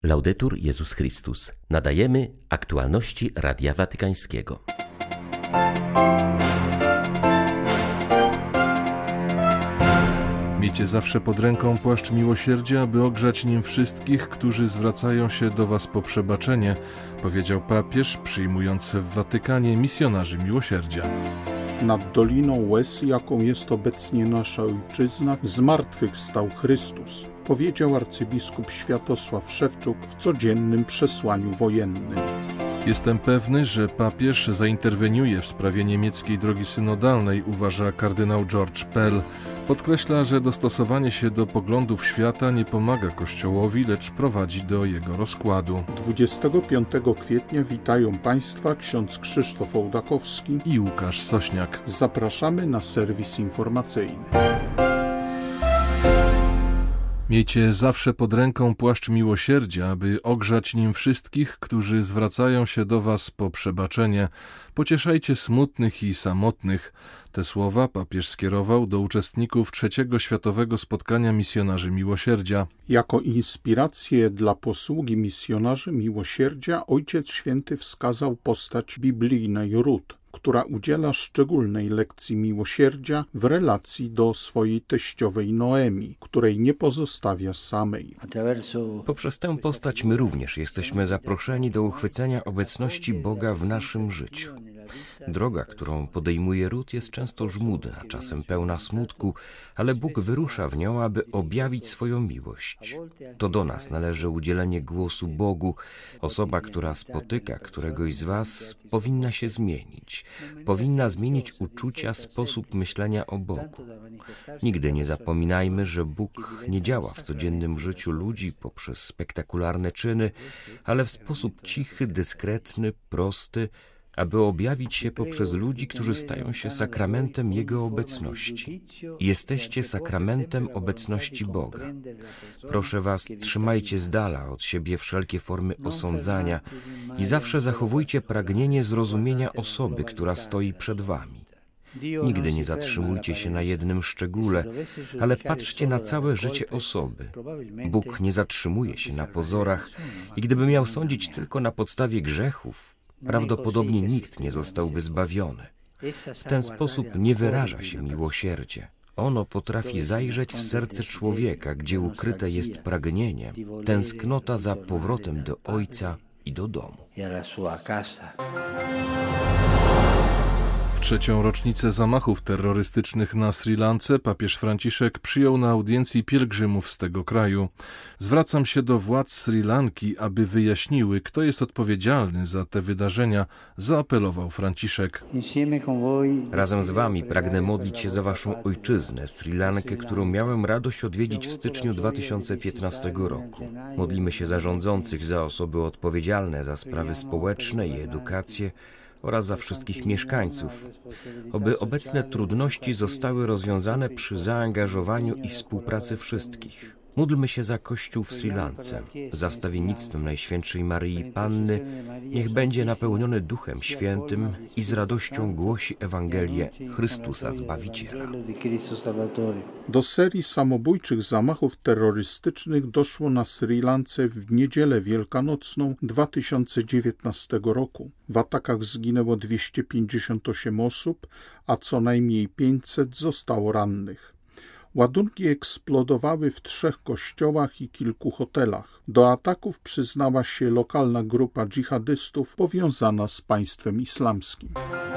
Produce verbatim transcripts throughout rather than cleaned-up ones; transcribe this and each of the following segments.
Laudetur Jezus Chrystus. Nadajemy aktualności Radia Watykańskiego. Miejcie zawsze pod ręką płaszcz miłosierdzia, aby ogrzać nim wszystkich, którzy zwracają się do was po przebaczenie, powiedział papież przyjmujący w Watykanie misjonarzy miłosierdzia. Nad Doliną Łez, jaką jest obecnie nasza ojczyzna, zmartwychwstał Chrystus, powiedział arcybiskup Światosław Szewczuk w codziennym przesłaniu wojennym. Jestem pewny, że papież zainterweniuje w sprawie niemieckiej drogi synodalnej, uważa kardynał George Pell. Podkreśla, że dostosowanie się do poglądów świata nie pomaga Kościołowi, lecz prowadzi do jego rozkładu. dwudziestego piątego kwietnia witają Państwa ksiądz Krzysztof Ołdakowski i Łukasz Sośniak. Zapraszamy na serwis informacyjny. Miejcie zawsze pod ręką płaszcz miłosierdzia, aby ogrzać nim wszystkich, którzy zwracają się do was po przebaczenie. Pocieszajcie smutnych i samotnych. Te słowa papież skierował do uczestników trzeciego światowego spotkania misjonarzy miłosierdzia. Jako inspirację dla posługi misjonarzy miłosierdzia Ojciec Święty wskazał postać biblijnej Rut, która udziela szczególnej lekcji miłosierdzia w relacji do swojej teściowej Noemi, której nie pozostawia samej. Poprzez tę postać my również jesteśmy zaproszeni do uchwycenia obecności Boga w naszym życiu. Droga, którą podejmuje Rut, jest często żmudna, czasem pełna smutku, ale Bóg wyrusza w nią, aby objawić swoją miłość. To do nas należy udzielenie głosu Bogu. Osoba, która spotyka któregoś z was, powinna się zmienić. Powinna zmienić uczucia, sposób myślenia o Bogu. Nigdy nie zapominajmy, że Bóg nie działa w codziennym życiu ludzi poprzez spektakularne czyny, ale w sposób cichy, dyskretny, prosty, aby objawić się poprzez ludzi, którzy stają się sakramentem Jego obecności. Jesteście sakramentem obecności Boga. Proszę was, trzymajcie z dala od siebie wszelkie formy osądzania i zawsze zachowujcie pragnienie zrozumienia osoby, która stoi przed wami. Nigdy nie zatrzymujcie się na jednym szczególe, ale patrzcie na całe życie osoby. Bóg nie zatrzymuje się na pozorach i gdyby miał sądzić tylko na podstawie grzechów, prawdopodobnie nikt nie zostałby zbawiony. W ten sposób nie wyraża się miłosierdzie. Ono potrafi zajrzeć w serce człowieka, gdzie ukryte jest pragnienie, tęsknota za powrotem do Ojca i do domu. W trzecią rocznicę zamachów terrorystycznych na Sri Lance papież Franciszek przyjął na audiencji pielgrzymów z tego kraju. Zwracam się do władz Sri Lanki, aby wyjaśniły, kto jest odpowiedzialny za te wydarzenia, zaapelował Franciszek. Razem z wami pragnę modlić się za waszą ojczyznę, Sri Lankę, którą miałem radość odwiedzić w styczniu dwa tysiące piętnastego roku. Modlimy się za rządzących, za osoby odpowiedzialne za sprawy społeczne i edukację, oraz za wszystkich mieszkańców, oby obecne trudności zostały rozwiązane przy zaangażowaniu i współpracy wszystkich. Módlmy się za Kościół w Sri Lance, za wstawiennictwem Najświętszej Maryi Panny, niech będzie napełniony Duchem Świętym i z radością głosi Ewangelię Chrystusa Zbawiciela. Do serii samobójczych zamachów terrorystycznych doszło na Sri Lance w niedzielę wielkanocną dwa tysiące dziewiętnastego roku. W atakach zginęło dwieście pięćdziesiąt osiem osób, a co najmniej pięćset zostało rannych. Ładunki eksplodowały w trzech kościołach i kilku hotelach. Do ataków przyznała się lokalna grupa dżihadystów powiązana z państwem islamskim.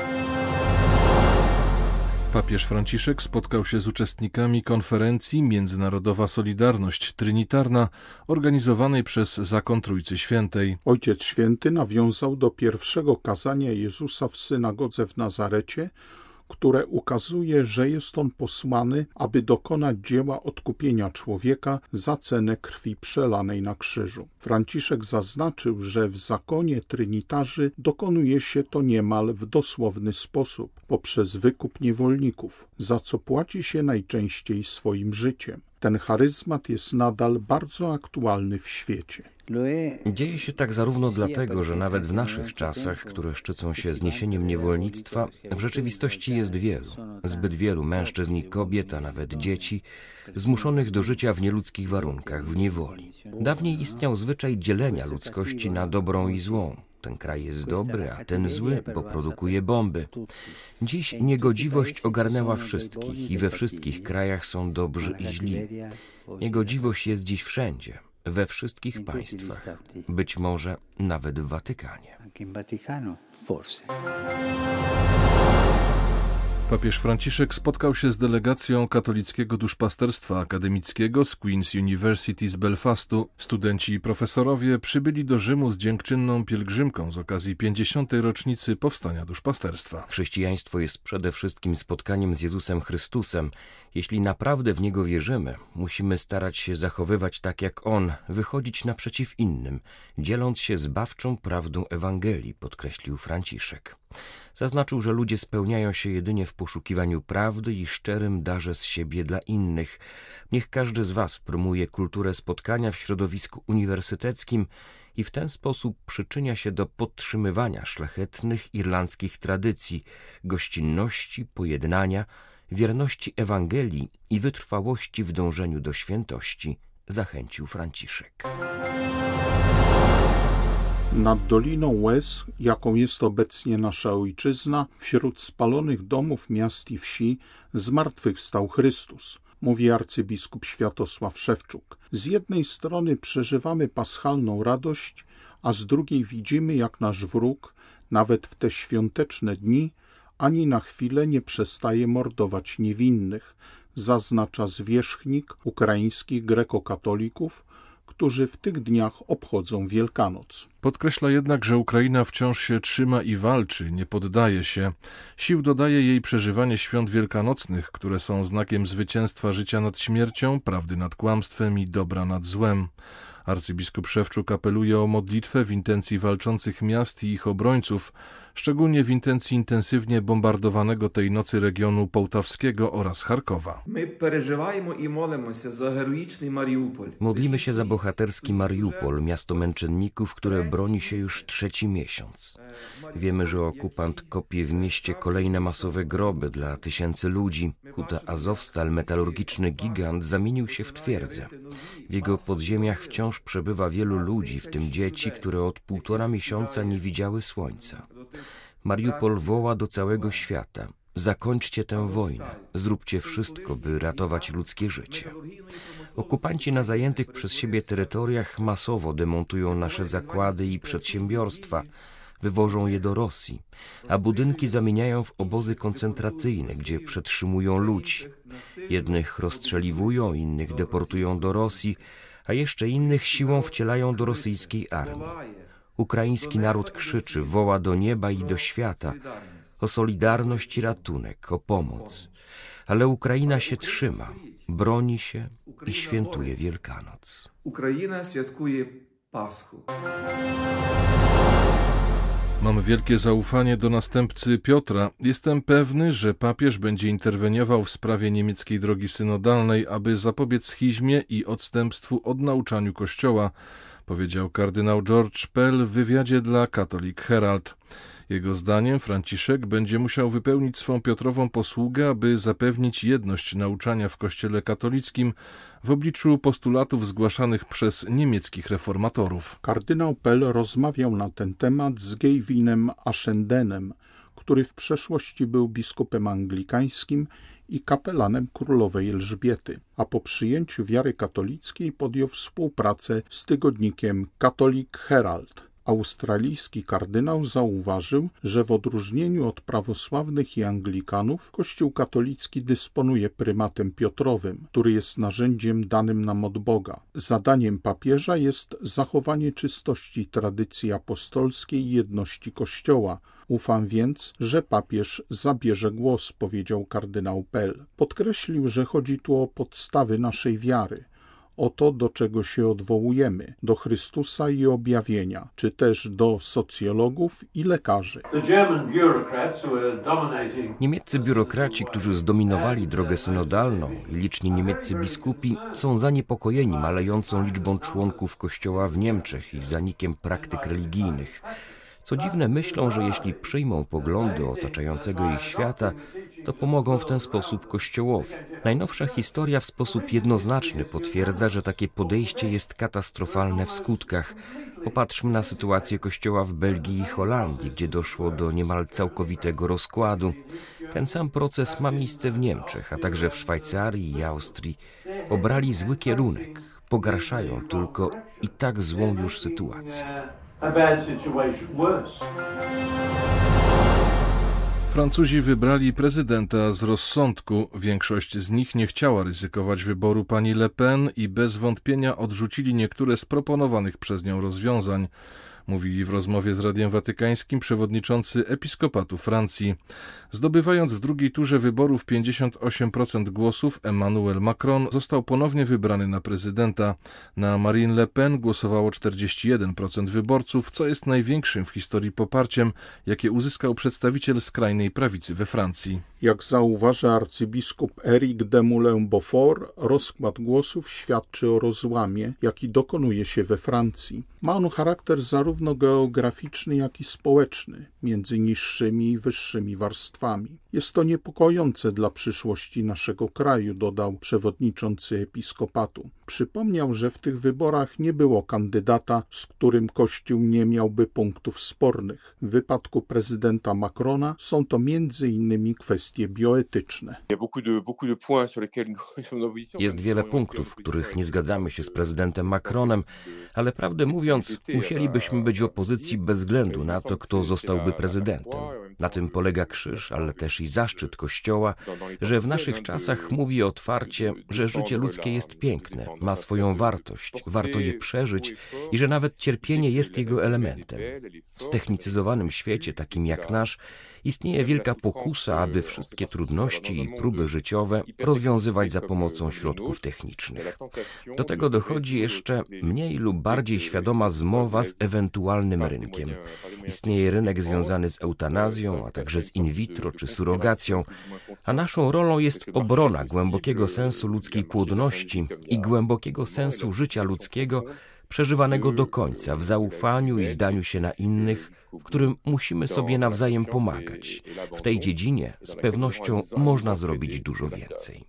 Papież Franciszek spotkał się z uczestnikami konferencji Międzynarodowa Solidarność Trinitarna organizowanej przez Zakon Trójcy Świętej. Ojciec Święty nawiązał do pierwszego kazania Jezusa w synagodze w Nazarecie, które ukazuje, że jest on posłany, aby dokonać dzieła odkupienia człowieka za cenę krwi przelanej na krzyżu. Franciszek zaznaczył, że w zakonie trynitarzy dokonuje się to niemal w dosłowny sposób, poprzez wykup niewolników, za co płaci się najczęściej swoim życiem. Ten charyzmat jest nadal bardzo aktualny w świecie. Dzieje się tak zarówno dlatego, że nawet w naszych czasach, które szczycą się zniesieniem niewolnictwa, w rzeczywistości jest wielu, zbyt wielu mężczyzn i kobiet, a nawet dzieci, zmuszonych do życia w nieludzkich warunkach, w niewoli. Dawniej istniał zwyczaj dzielenia ludzkości na dobrą i złą. Ten kraj jest dobry, a ten zły, bo produkuje bomby. Dziś niegodziwość ogarnęła wszystkich i we wszystkich krajach są dobrzy i źli. Niegodziwość jest dziś wszędzie, we wszystkich państwach, być może nawet w Watykanie. Papież Franciszek spotkał się z delegacją katolickiego duszpasterstwa akademickiego z Queen's University z Belfastu. Studenci i profesorowie przybyli do Rzymu z dziękczynną pielgrzymką z okazji pięćdziesiątej rocznicy powstania duszpasterstwa. Chrześcijaństwo jest przede wszystkim spotkaniem z Jezusem Chrystusem. Jeśli naprawdę w Niego wierzymy, musimy starać się zachowywać tak jak On, wychodzić naprzeciw innym, dzieląc się zbawczą prawdą Ewangelii, podkreślił Franciszek. Zaznaczył, że ludzie spełniają się jedynie w poszukiwaniu prawdy i szczerym darze z siebie dla innych. Niech każdy z was promuje kulturę spotkania w środowisku uniwersyteckim i w ten sposób przyczynia się do podtrzymywania szlachetnych irlandzkich tradycji, gościnności, pojednania, wierności Ewangelii i wytrwałości w dążeniu do świętości, zachęcił Franciszek. Nad Doliną Łez, jaką jest obecnie nasza ojczyzna, wśród spalonych domów, miast i wsi, zmartwychwstał Chrystus, mówi arcybiskup Światosław Szewczuk. Z jednej strony przeżywamy paschalną radość, a z drugiej widzimy, jak nasz wróg, nawet w te świąteczne dni, ani na chwilę nie przestaje mordować niewinnych, zaznacza zwierzchnik ukraińskich grekokatolików, którzy w tych dniach obchodzą Wielkanoc. Podkreśla jednak, że Ukraina wciąż się trzyma i walczy, nie poddaje się. Sił dodaje jej przeżywanie świąt wielkanocnych, które są znakiem zwycięstwa życia nad śmiercią, prawdy nad kłamstwem i dobra nad złem. Arcybiskup Szewczuk apeluje o modlitwę w intencji walczących miast i ich obrońców, szczególnie w intencji intensywnie bombardowanego tej nocy regionu połtawskiego oraz Charkowa. Modlimy się za bohaterski Mariupol, miasto męczenników, które broni się już trzeci miesiąc. Wiemy, że okupant kopie w mieście kolejne masowe groby dla tysięcy ludzi. Huta Azowstal, metalurgiczny gigant, zamienił się w twierdzę. W jego podziemiach wciąż przebywa wielu ludzi, w tym dzieci, które od półtora miesiąca nie widziały słońca. Mariupol woła do całego świata. Zakończcie tę wojnę. Zróbcie wszystko, by ratować ludzkie życie. Okupanci na zajętych przez siebie terytoriach masowo demontują nasze zakłady i przedsiębiorstwa, wywożą je do Rosji, a budynki zamieniają w obozy koncentracyjne, gdzie przetrzymują ludzi. Jednych rozstrzeliwują, innych deportują do Rosji, a jeszcze innych siłą wcielają do rosyjskiej armii. Ukraiński naród krzyczy, woła do nieba i do świata o solidarność i ratunek, o pomoc. Ale Ukraina się trzyma, broni się i świętuje Wielkanoc. Ukraina świętuje Paschę. Mam wielkie zaufanie do następcy Piotra. Jestem pewny, że papież będzie interweniował w sprawie niemieckiej drogi synodalnej, aby zapobiec schizmie i odstępstwu od nauczaniu Kościoła, powiedział kardynał George Pell w wywiadzie dla Catholic Herald. Jego zdaniem Franciszek będzie musiał wypełnić swą Piotrową posługę, aby zapewnić jedność nauczania w Kościele katolickim w obliczu postulatów zgłaszanych przez niemieckich reformatorów. Kardynał Pell rozmawiał na ten temat z Gejwinem Aszendenem, który w przeszłości był biskupem anglikańskim i kapelanem królowej Elżbiety, a po przyjęciu wiary katolickiej podjął współpracę z tygodnikiem Catholic Herald. Australijski kardynał zauważył, że w odróżnieniu od prawosławnych i Anglikanów Kościół katolicki dysponuje prymatem Piotrowym, który jest narzędziem danym nam od Boga. Zadaniem papieża jest zachowanie czystości tradycji apostolskiej i jedności Kościoła. Ufam więc, że papież zabierze głos, powiedział kardynał Pell. Podkreślił, że chodzi tu o podstawy naszej wiary, Oto do czego się odwołujemy: do Chrystusa i objawienia, czy też do socjologów i lekarzy. Niemieccy biurokraci, którzy zdominowali drogę synodalną, i liczni niemieccy biskupi są zaniepokojeni malejącą liczbą członków Kościoła w Niemczech i zanikiem praktyk religijnych. Co dziwne, myślą, że jeśli przyjmą poglądy otaczającego ich świata, to pomogą w ten sposób Kościołowi. Najnowsza historia w sposób jednoznaczny potwierdza, że takie podejście jest katastrofalne w skutkach. Popatrzmy na sytuację Kościoła w Belgii i Holandii, gdzie doszło do niemal całkowitego rozkładu. Ten sam proces ma miejsce w Niemczech, a także w Szwajcarii i Austrii. Obrali zły kierunek, pogarszają tylko i tak złą już sytuację. Francuzi wybrali prezydenta z rozsądku. Większość z nich nie chciała ryzykować wyboru pani Le Pen i bez wątpienia odrzucili niektóre z proponowanych przez nią rozwiązań, mówi w rozmowie z Radiem Watykańskim przewodniczący Episkopatu Francji. Zdobywając w drugiej turze wyborów pięćdziesiąt osiem procent głosów, Emmanuel Macron został ponownie wybrany na prezydenta. Na Marine Le Pen głosowało czterdzieści jeden procent wyborców, co jest największym w historii poparciem, jakie uzyskał przedstawiciel skrajnej prawicy we Francji. Jak zauważa arcybiskup Éric de Moulin-Beaufort, rozkład głosów świadczy o rozłamie, jaki dokonuje się we Francji. Ma on charakter zarówno geograficzny, jak i społeczny, między niższymi i wyższymi warstwami. Jest to niepokojące dla przyszłości naszego kraju, dodał przewodniczący episkopatu. Przypomniał, że w tych wyborach nie było kandydata, z którym Kościół nie miałby punktów spornych. W wypadku prezydenta Macrona są to między innymi kwestie bioetyczne. Jest wiele punktów, w których nie zgadzamy się z prezydentem Macronem, ale prawdę mówiąc, musielibyśmy być w opozycji bez względu na to, kto zostałby prezydentem. Na tym polega krzyż, ale też i zaszczyt Kościoła, że w naszych czasach mówi otwarcie, że życie ludzkie jest piękne, ma swoją wartość, warto je przeżyć i że nawet cierpienie jest jego elementem. W ztechnicyzowanym świecie, takim jak nasz, istnieje wielka pokusa, aby wszystkie trudności i próby życiowe rozwiązywać za pomocą środków technicznych. Do tego dochodzi jeszcze mniej lub bardziej świadoma zmowa z ewentualnym rynkiem. Istnieje rynek związany z eutanazją, a także z in vitro czy surrogacją, a naszą rolą jest obrona głębokiego sensu ludzkiej płodności i głębokiego sensu życia ludzkiego, przeżywanego do końca, w zaufaniu i zdaniu się na innych, w którym musimy sobie nawzajem pomagać. W tej dziedzinie z pewnością można zrobić dużo więcej.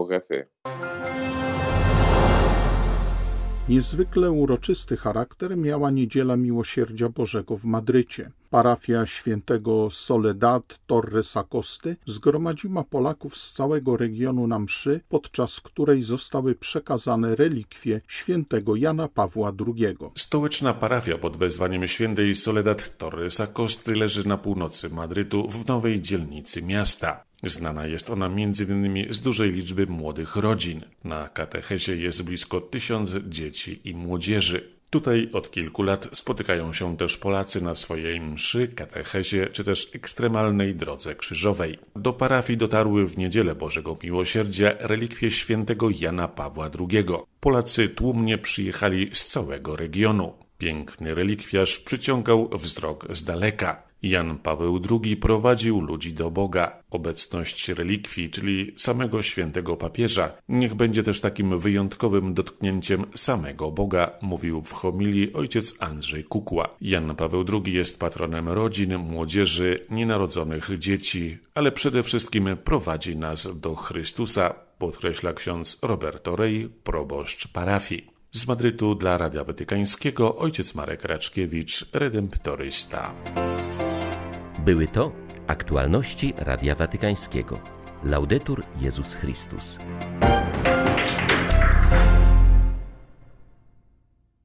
Niezwykle uroczysty charakter miała Niedziela Miłosierdzia Bożego w Madrycie. Parafia świętego Soledad Torres Acosty zgromadziła Polaków z całego regionu na mszy, podczas której zostały przekazane relikwie świętego Jana Pawła drugiego. Stołeczna parafia pod wezwaniem świętej Soledad Torres Acosty leży na północy Madrytu, w nowej dzielnicy miasta. Znana jest ona między innymi z dużej liczby młodych rodzin. Na katechezie jest blisko tysiąc dzieci i młodzieży. Tutaj od kilku lat spotykają się też Polacy na swojej mszy, katechezie czy też ekstremalnej drodze krzyżowej. Do parafii dotarły w Niedzielę Bożego Miłosierdzia relikwie świętego Jana Pawła drugiego. Polacy tłumnie przyjechali z całego regionu. Piękny relikwiarz przyciągał wzrok z daleka. Jan Paweł drugi prowadził ludzi do Boga. Obecność relikwii, czyli samego świętego papieża, niech będzie też takim wyjątkowym dotknięciem samego Boga, mówił w homilii ojciec Andrzej Kukła. Jan Paweł drugi jest patronem rodzin, młodzieży, nienarodzonych dzieci, ale przede wszystkim prowadzi nas do Chrystusa, podkreśla ksiądz Roberto Rey, proboszcz parafii. Z Madrytu dla Radia Watykańskiego ojciec Marek Raczkiewicz, redemptorysta. Były to aktualności Radia Watykańskiego. Laudetur Jezus Chrystus.